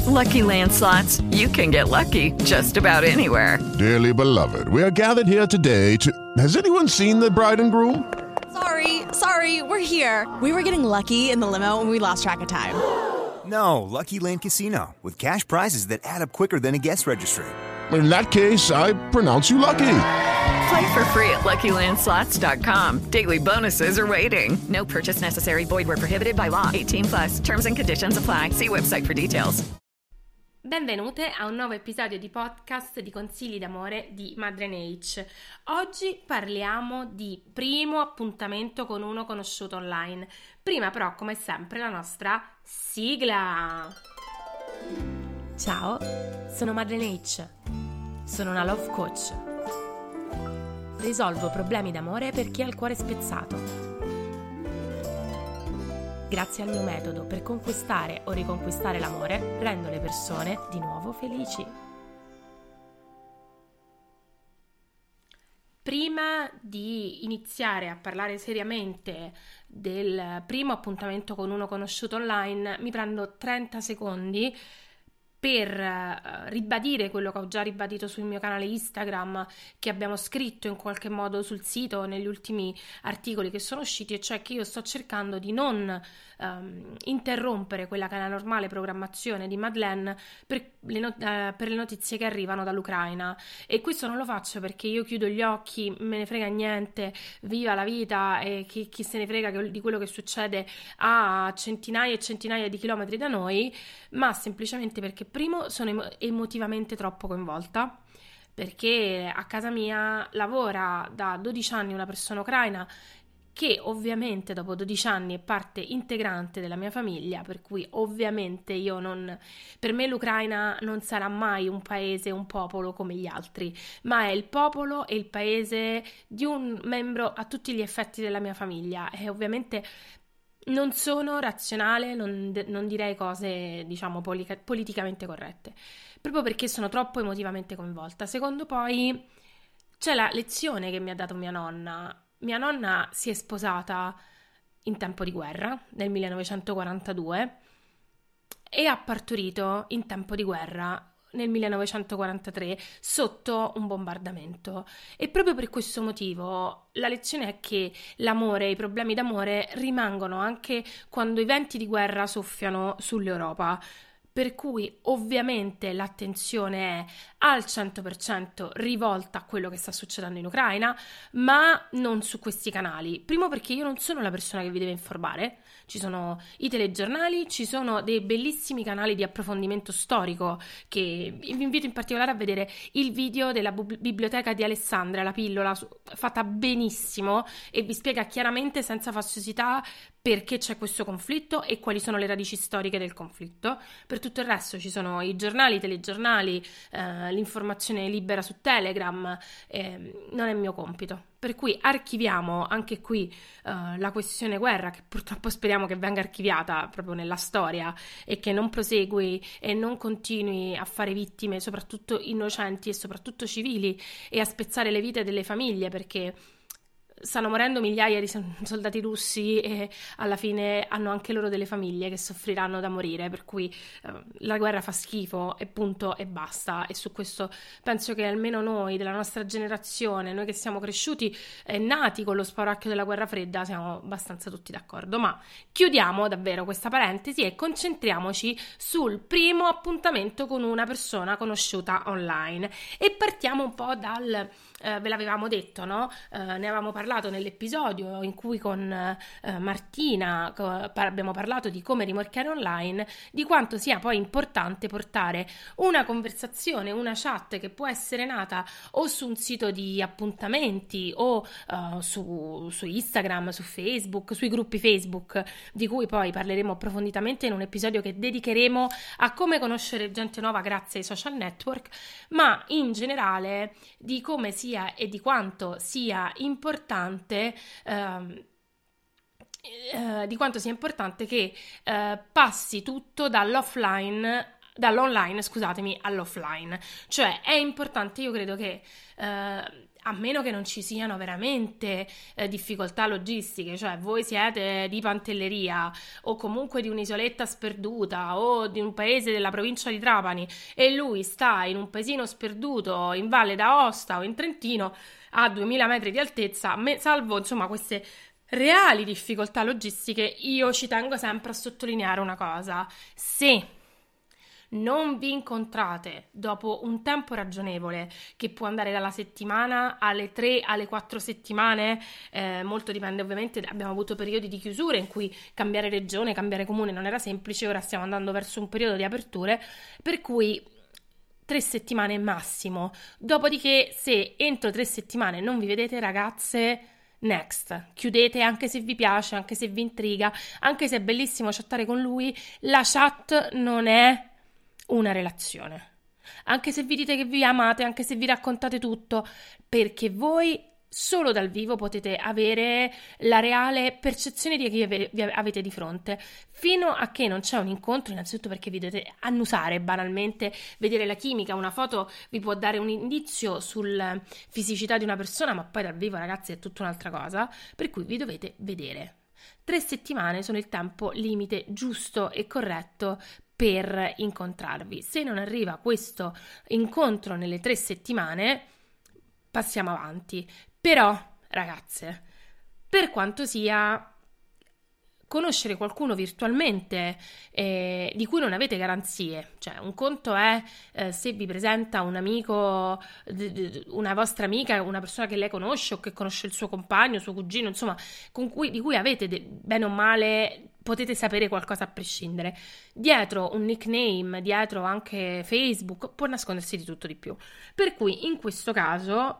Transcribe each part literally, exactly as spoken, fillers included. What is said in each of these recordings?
Lucky Land Slots, you can get lucky just about anywhere. Dearly beloved, we are gathered here today to... Has anyone seen the bride and groom? Sorry, sorry, we're here. We were getting lucky in the limo and we lost track of time. No, Lucky Land Casino, with cash prizes that add up quicker than a guest registry. In that case, I pronounce you lucky. Play for free at lucky land slots dot com. Daily bonuses are waiting. No purchase necessary. Void where prohibited by law. eighteen plus. Terms and conditions apply. See website for details. Benvenute a un nuovo episodio di podcast di Consigli d'amore di Madre H. Oggi parliamo di primo appuntamento con uno conosciuto online. Prima però, come sempre, la nostra sigla. Ciao, sono Madre H. Sono una love coach. Risolvo problemi d'amore per chi ha il cuore spezzato. Grazie al mio metodo per conquistare o riconquistare l'amore, rendo le persone di nuovo felici. Prima di iniziare a parlare seriamente del primo appuntamento con uno conosciuto online, mi prendo trenta secondi per uh, ribadire quello che ho già ribadito sul mio canale Instagram, che abbiamo scritto in qualche modo sul sito negli ultimi articoli che sono usciti, e cioè che io sto cercando di non um, interrompere quella che è la normale programmazione di Madeleine per le, not- uh, per le notizie che arrivano dall'Ucraina. E questo non lo faccio perché io chiudo gli occhi, me ne frega niente, viva la vita e chi, chi se ne frega che, di quello che succede a centinaia e centinaia di chilometri da noi, ma semplicemente perché primo sono emo- emotivamente troppo coinvolta, perché a casa mia lavora da dodici anni una persona ucraina che ovviamente dopo dodici anni è parte integrante della mia famiglia, per cui ovviamente io non, per me l'Ucraina non sarà mai un paese, un popolo come gli altri, ma è il popolo e il paese di un membro a tutti gli effetti della mia famiglia. E ovviamente non sono razionale, non, non direi cose, diciamo, politica, politicamente corrette, proprio perché sono troppo emotivamente coinvolta. Secondo poi c'è la lezione che mi ha dato mia nonna. Mia nonna si è sposata in tempo di guerra, nel millenovecentoquarantadue, e ha partorito in tempo di guerra nel millenovecentoquarantatré sotto un bombardamento. E proprio per questo motivo la lezione è che l'amore e i problemi d'amore rimangono anche quando i venti di guerra soffiano sull'Europa. Per cui ovviamente l'attenzione è al cento per cento rivolta a quello che sta succedendo in Ucraina, ma non su questi canali. Primo perché io non sono la persona che vi deve informare, ci sono i telegiornali, ci sono dei bellissimi canali di approfondimento storico che vi invito in particolare a vedere il video della biblioteca di Alessandria, la pillola, fatta benissimo e vi spiega chiaramente, senza faziosità, perché c'è questo conflitto e quali sono le radici storiche del conflitto. Per tutto il resto ci sono i giornali, i telegiornali, eh, l'informazione libera su Telegram, eh, non è mio compito. Per cui archiviamo anche qui eh, la questione guerra, che purtroppo speriamo che venga archiviata proprio nella storia e che non prosegui e non continui a fare vittime, soprattutto innocenti e soprattutto civili, e a spezzare le vite delle famiglie, perché stanno morendo migliaia di soldati russi e alla fine hanno anche loro delle famiglie che soffriranno da morire, per cui eh, la guerra fa schifo e punto e basta. E su questo penso che almeno noi della nostra generazione, noi che siamo cresciuti e nati con lo spauracchio della guerra fredda, siamo abbastanza tutti d'accordo. Ma chiudiamo davvero questa parentesi e concentriamoci sul primo appuntamento con una persona conosciuta online, e partiamo un po' dal eh, ve l'avevamo detto, no? Eh, ne avevamo parlato nell'episodio in cui con eh, Martina co- par- abbiamo parlato di come rimorchiare online, di quanto sia poi importante portare una conversazione, una chat che può essere nata o su un sito di appuntamenti o uh, su, su Instagram, su Facebook, sui gruppi Facebook, di cui poi parleremo approfonditamente in un episodio che dedicheremo a come conoscere gente nuova grazie ai social network, ma in generale di come sia e di quanto sia importante ehm, eh, di quanto sia importante che eh, passi tutto dall'offline dall'online, scusatemi, all'offline. Cioè è importante, io credo che eh, a meno che non ci siano veramente eh, difficoltà logistiche, cioè voi siete di Pantelleria o comunque di un'isoletta sperduta o di un paese della provincia di Trapani e lui sta in un paesino sperduto in Valle d'Aosta o in Trentino a duemila metri di altezza, me, salvo insomma queste reali difficoltà logistiche, io ci tengo sempre a sottolineare una cosa: se non vi incontrate dopo un tempo ragionevole, che può andare dalla settimana alle tre alle quattro settimane, eh, molto dipende ovviamente, abbiamo avuto periodi di chiusure in cui cambiare regione, cambiare comune non era semplice, ora stiamo andando verso un periodo di aperture, per cui tre settimane massimo. Dopodiché, se entro tre settimane non vi vedete, ragazze, next, chiudete, anche se vi piace, anche se vi intriga, anche se è bellissimo chattare con lui, la chat non è una relazione. Anche se vi dite che vi amate, anche se vi raccontate tutto, perché voi solo dal vivo potete avere la reale percezione di chi vi avete di fronte, fino a che non c'è un incontro, innanzitutto perché vi dovete annusare banalmente, vedere la chimica, una foto vi può dare un indizio sulla fisicità di una persona, ma poi dal vivo, ragazzi, è tutta un'altra cosa, per cui vi dovete vedere. Tre settimane sono il tempo limite giusto e corretto per incontrarvi. Se non arriva questo incontro nelle tre settimane, passiamo avanti. Però, ragazze, per quanto sia conoscere qualcuno virtualmente eh, di cui non avete garanzie, cioè un conto è eh, se vi presenta un amico, d- d- una vostra amica, una persona che lei conosce o che conosce il suo compagno, suo cugino, insomma, con cui, di cui avete de- bene o male potete sapere qualcosa a prescindere. Dietro un nickname, dietro anche Facebook, può nascondersi di tutto di più. Per cui in questo caso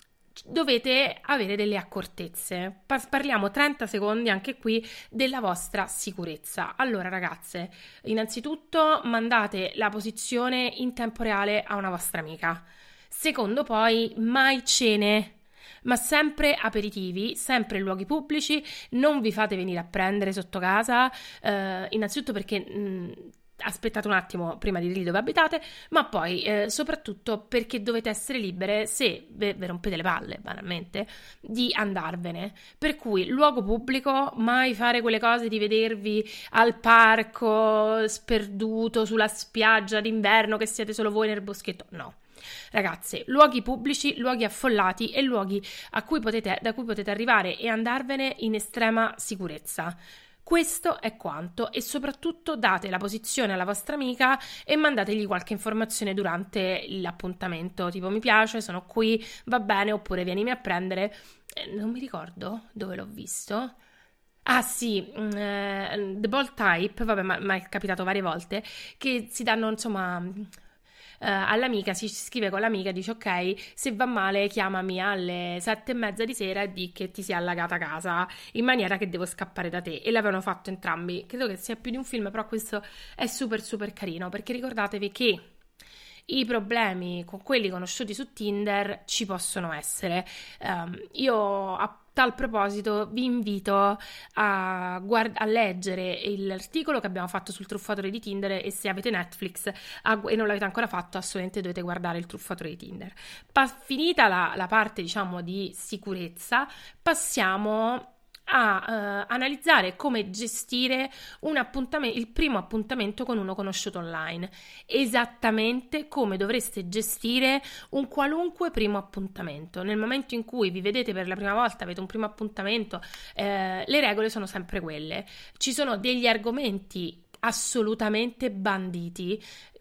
dovete avere delle accortezze. Parliamo trenta secondi anche qui della vostra sicurezza. Allora, ragazze, innanzitutto mandate la posizione in tempo reale a una vostra amica. Secondo, poi, mai cene, ma sempre aperitivi, sempre in luoghi pubblici. Non vi fate venire a prendere sotto casa, eh, innanzitutto perché mh, aspettate un attimo prima di dirgli dove abitate, ma poi eh, soprattutto perché dovete essere libere, se ve, ve rompete le palle banalmente, di andarvene. Per cui luogo pubblico, mai fare quelle cose di vedervi al parco sperduto sulla spiaggia d'inverno che siete solo voi nel boschetto, no. Ragazze, luoghi pubblici, luoghi affollati e luoghi a cui potete, da cui potete arrivare e andarvene in estrema sicurezza. Questo è quanto, e soprattutto date la posizione alla vostra amica e mandategli qualche informazione durante l'appuntamento, tipo mi piace, sono qui, va bene, oppure vienimi a prendere. Eh, non mi ricordo dove l'ho visto. Ah sì, uh, The Bold Type, vabbè, ma, ma è capitato varie volte, che si danno insomma... Uh, all'amica, si scrive con l'amica, dice ok, se va male chiamami alle sette e mezza di sera e di che ti sia allagata casa in maniera che devo scappare da te, e l'avevano fatto entrambi. Credo che sia più di un film, però questo è super super carino, perché ricordatevi che i problemi con quelli conosciuti su Tinder ci possono essere. Um, io a tal proposito vi invito a, guard- a leggere l'articolo che abbiamo fatto sul truffatore di Tinder, e se avete Netflix a- e non l'avete ancora fatto, assolutamente dovete guardare il truffatore di Tinder. Pa- finita la, la parte, diciamo, di sicurezza, passiamo a uh, analizzare come gestire un appuntamento, il primo appuntamento con uno conosciuto online, esattamente come dovreste gestire un qualunque primo appuntamento. Nel momento in cui vi vedete per la prima volta, avete un primo appuntamento, eh, le regole sono sempre quelle. Ci sono degli argomenti assolutamente banditi.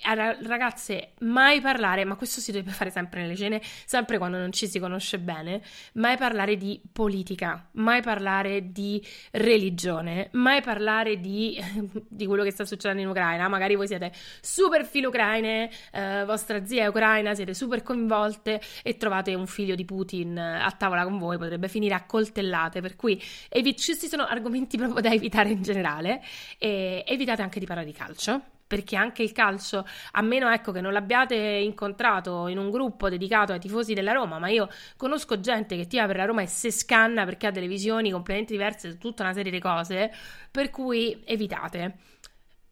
Ragazze, mai parlare, ma questo si deve fare sempre nelle cene, sempre quando non ci si conosce bene, mai parlare di politica, mai parlare di religione, mai parlare di, di quello che sta succedendo in Ucraina. Magari voi siete super filo ucraine, eh, vostra zia è ucraina, siete super coinvolte e trovate un figlio di Putin a tavola con voi, potrebbe finire a coltellate, per cui evi- ci sono argomenti proprio da evitare in generale, e evitate anche di parlare di calcio, perché anche il calcio, a meno ecco che non l'abbiate incontrato in un gruppo dedicato ai tifosi della Roma, ma io conosco gente che tifa per la Roma e se scanna perché ha delle visioni completamente diverse su tutta una serie di cose, per cui evitate.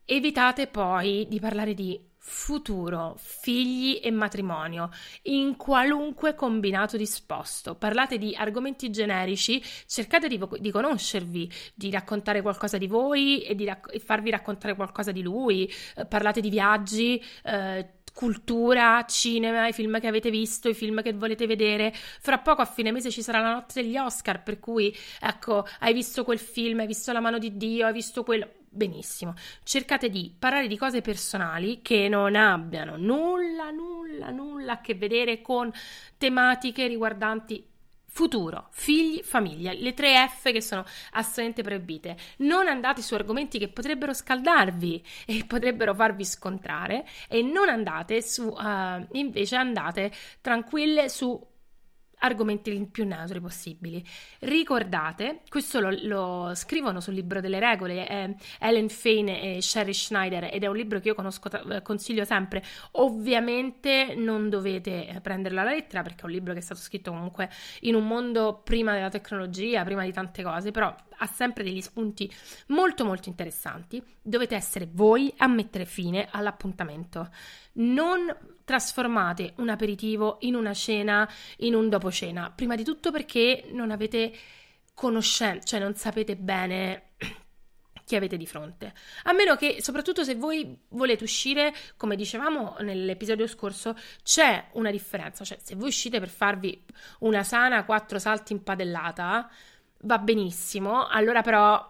Evitate poi di parlare di futuro, figli e matrimonio in qualunque combinato disposto. Parlate di argomenti generici, cercate di, di conoscervi, di raccontare qualcosa di voi e di rac- e farvi raccontare qualcosa di lui. Eh, parlate di viaggi, eh, cultura, cinema, i film che avete visto, i film che volete vedere. Fra poco a fine mese ci sarà la notte degli Oscar, per cui ecco, hai visto quel film, hai visto La mano di Dio, hai visto quello. Benissimo, cercate di parlare di cose personali che non abbiano nulla, nulla, nulla a che vedere con tematiche riguardanti futuro, figli, famiglia, le tre F che sono assolutamente proibite. Non andate su argomenti che potrebbero scaldarvi e potrebbero farvi scontrare, e non andate su, uh, invece andate tranquille su argomenti il più neutri possibili. Ricordate, questo lo, lo scrivono sul libro delle regole, eh, Ellen Fein e Sherry Schneider, ed è un libro che io conosco, consiglio sempre. Ovviamente non dovete prenderlo alla lettera, perché è un libro che è stato scritto comunque in un mondo prima della tecnologia, prima di tante cose, però ha sempre degli spunti molto molto interessanti. Dovete essere voi a mettere fine all'appuntamento. Non trasformate un aperitivo in una cena, in un dopo cena, prima di tutto perché non avete conoscenza, cioè non sapete bene chi avete di fronte, a meno che, soprattutto se voi volete uscire, come dicevamo nell'episodio scorso, c'è una differenza, cioè se voi uscite per farvi una sana quattro salti in padellata va benissimo, allora però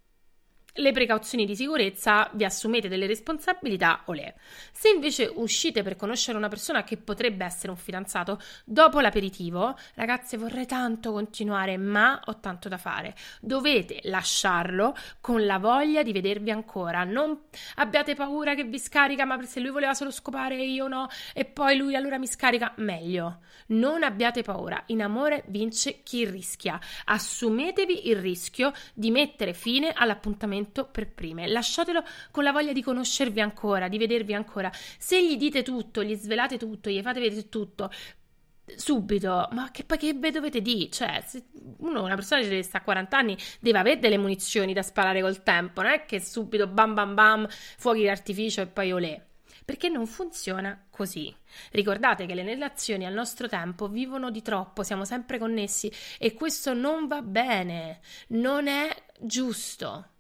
le precauzioni di sicurezza vi assumete delle responsabilità, olè. Se invece uscite per conoscere una persona che potrebbe essere un fidanzato, dopo l'aperitivo, ragazze, vorrei tanto continuare, ma ho tanto da fare. Dovete lasciarlo con la voglia di vedervi ancora. Non abbiate paura che vi scarica, ma se lui voleva solo scopare e io no, e poi lui allora mi scarica, meglio. Non abbiate paura. In amore vince chi rischia. Assumetevi il rischio di mettere fine all'appuntamento per prime, lasciatelo con la voglia di conoscervi ancora, di vedervi ancora. Se gli dite tutto, gli svelate tutto, gli fate vedere tutto subito, ma che poi che ve dovete dire? Cioè, se uno, una persona che sta a quaranta anni deve avere delle munizioni da sparare col tempo, non è che subito bam bam bam, fuochi d'artificio e poi olè. Perché non funziona così. Ricordate che le relazioni al nostro tempo vivono di troppo, siamo sempre connessi e questo non va bene, non è giusto.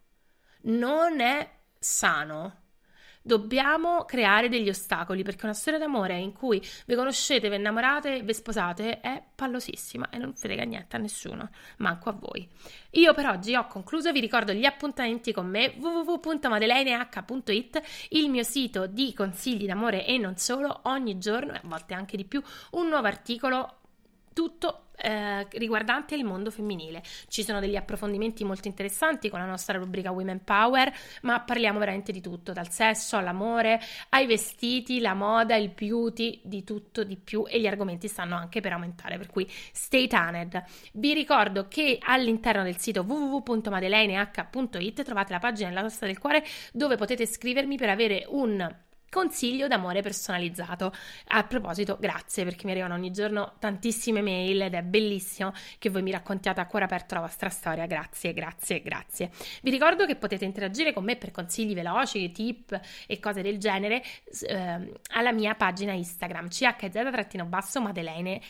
Non è sano. Dobbiamo creare degli ostacoli, perché una storia d'amore in cui vi conoscete, vi innamorate, vi sposate è pallosissima e non frega niente a nessuno, manco a voi. Io per oggi ho concluso, vi ricordo gli appuntamenti con me, w w w punto madeleineh punto it, il mio sito di consigli d'amore e non solo, ogni giorno e a volte anche di più un nuovo articolo, tutto eh, riguardante il mondo femminile. Ci sono degli approfondimenti molto interessanti con la nostra rubrica Women Power, ma parliamo veramente di tutto, dal sesso all'amore, ai vestiti, la moda, il beauty, di tutto, di più, e gli argomenti stanno anche per aumentare, per cui stay tuned. Vi ricordo che all'interno del sito w w w punto madeleineh punto it trovate la pagina della Tosta del Cuore, dove potete scrivermi per avere un consiglio d'amore personalizzato. A proposito, grazie, perché mi arrivano ogni giorno tantissime mail ed è bellissimo che voi mi raccontiate a cuore aperto la vostra storia. Grazie, grazie, grazie. Vi ricordo che potete interagire con me per consigli veloci, tip e cose del genere eh, alla mia pagina Instagram c h z Madeleine.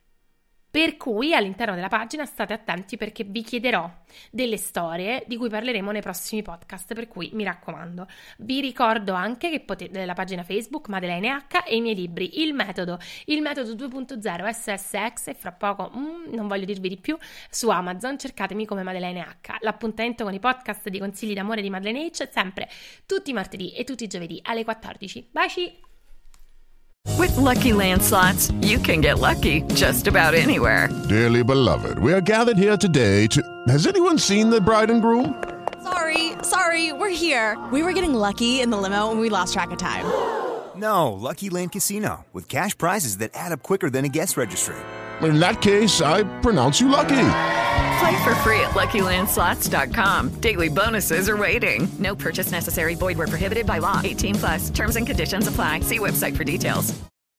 Per cui all'interno della pagina state attenti, perché vi chiederò delle storie di cui parleremo nei prossimi podcast, per cui mi raccomando. Vi ricordo anche che potete la pagina Facebook Madeleine H e i miei libri Il Metodo, Il Metodo due punto zero S S X e fra poco, mm, non voglio dirvi di più, su Amazon cercatemi come Madeleine H. L'appuntamento con i podcast di consigli d'amore di Madeleine H è sempre tutti i martedì e tutti i giovedì alle quattordici. Baci! With Lucky Land Slots, you can get lucky just about anywhere. Dearly beloved, we are gathered here today to... Has anyone seen the bride and groom? Sorry, sorry, we're here. We were getting lucky in the limo and we lost track of time. No, Lucky Land Casino, with cash prizes that add up quicker than a guest registry. In that case, I pronounce you lucky. Play for free at lucky land slots dot com. Daily bonuses are waiting. No purchase necessary. Void where prohibited by law. eighteen plus. Terms and conditions apply. See website for details.